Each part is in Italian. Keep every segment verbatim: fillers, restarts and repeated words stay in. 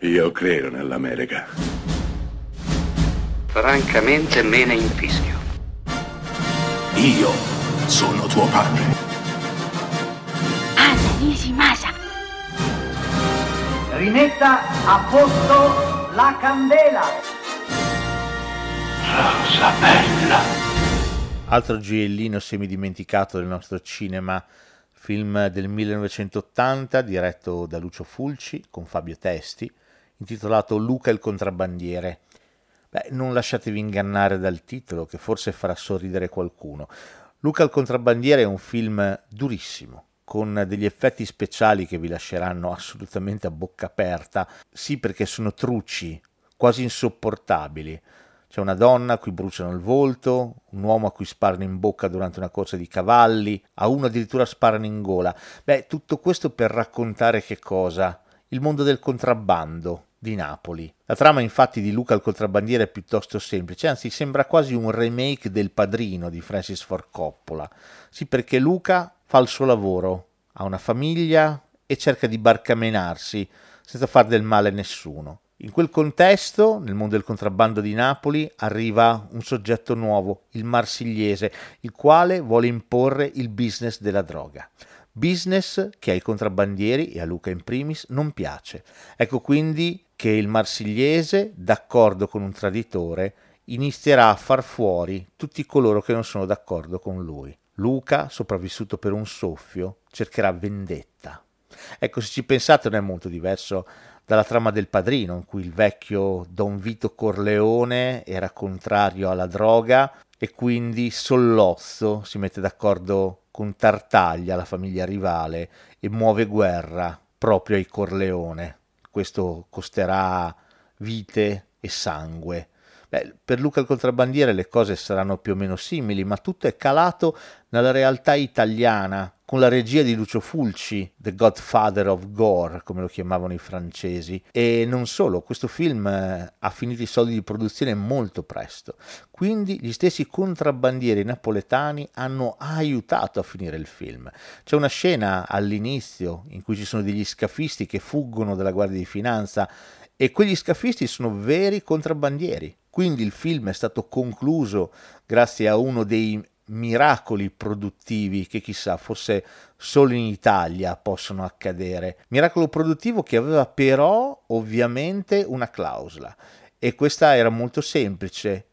Io credo nell'America. Francamente me ne infischio. Io sono tuo padre. Anna Nishimasa. Rimetta a posto la candela. Rosa bella. Altro gioiellino semidimenticato del nostro cinema, film del millenovecentottanta diretto da Lucio Fulci con Fabio Testi, intitolato Luca il contrabbandiere. Beh, non lasciatevi ingannare dal titolo, che forse farà sorridere qualcuno. Luca il contrabbandiere è un film durissimo, con degli effetti speciali che vi lasceranno assolutamente a bocca aperta, sì, perché sono truci, quasi insopportabili. C'è una donna a cui bruciano il volto, un uomo a cui sparano in bocca durante una corsa di cavalli, a uno addirittura sparano in gola. Beh, tutto questo per raccontare che cosa? Il mondo del contrabbando di Napoli. La trama infatti di Luca il contrabbandiere è piuttosto semplice, anzi sembra quasi un remake del Padrino di Francis Ford Coppola. Sì, perché Luca fa il suo lavoro, ha una famiglia e cerca di barcamenarsi senza far del male a nessuno. In quel contesto, nel mondo del contrabbando di Napoli, arriva un soggetto nuovo, il Marsigliese, il quale vuole imporre il business della droga. Business che ai contrabbandieri e a Luca in primis non piace. Ecco quindi che il Marsigliese, d'accordo con un traditore, inizierà a far fuori tutti coloro che non sono d'accordo con lui. Luca, sopravvissuto per un soffio, cercherà vendetta. Ecco, se ci pensate non è molto diverso dalla trama del Padrino, in cui il vecchio Don Vito Corleone era contrario alla droga e quindi Sollozzo si mette d'accordo con Tartaglia, la famiglia rivale, e muove guerra proprio ai Corleone. Questo costerà vite e sangue. Beh, per Luca il contrabbandiere le cose saranno più o meno simili, ma tutto è calato nella realtà italiana, con la regia di Lucio Fulci, The Godfather of Gore, come lo chiamavano i francesi. E non solo, questo film ha finito i soldi di produzione molto presto, quindi gli stessi contrabbandieri napoletani hanno aiutato a finire il film. C'è una scena all'inizio in cui ci sono degli scafisti che fuggono dalla Guardia di Finanza e quegli scafisti sono veri contrabbandieri. Quindi il film è stato concluso grazie a uno dei miracoli produttivi che chissà forse solo in Italia possono accadere. Miracolo produttivo che aveva però ovviamente una clausola, e questa era molto semplice: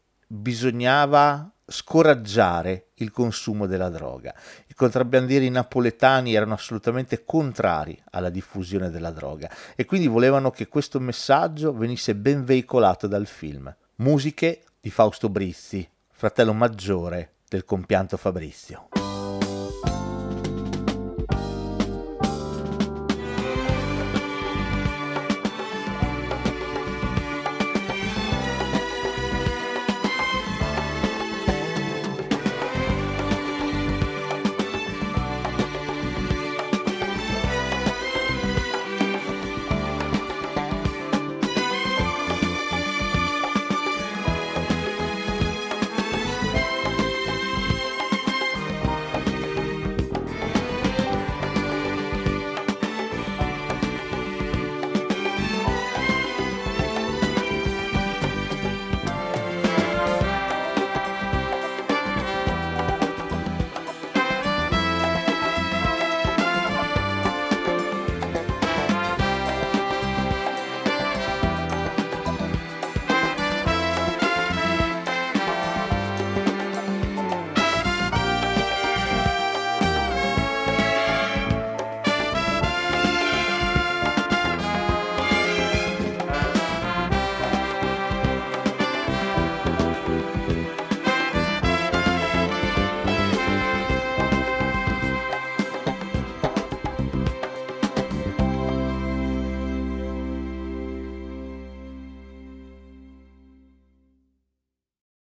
bisognava scoraggiare il consumo della droga. I contrabbandieri napoletani erano assolutamente contrari alla diffusione della droga e quindi volevano che questo messaggio venisse ben veicolato dal film. Musiche di Fausto Brizzi, fratello maggiore del compianto Fabrizio.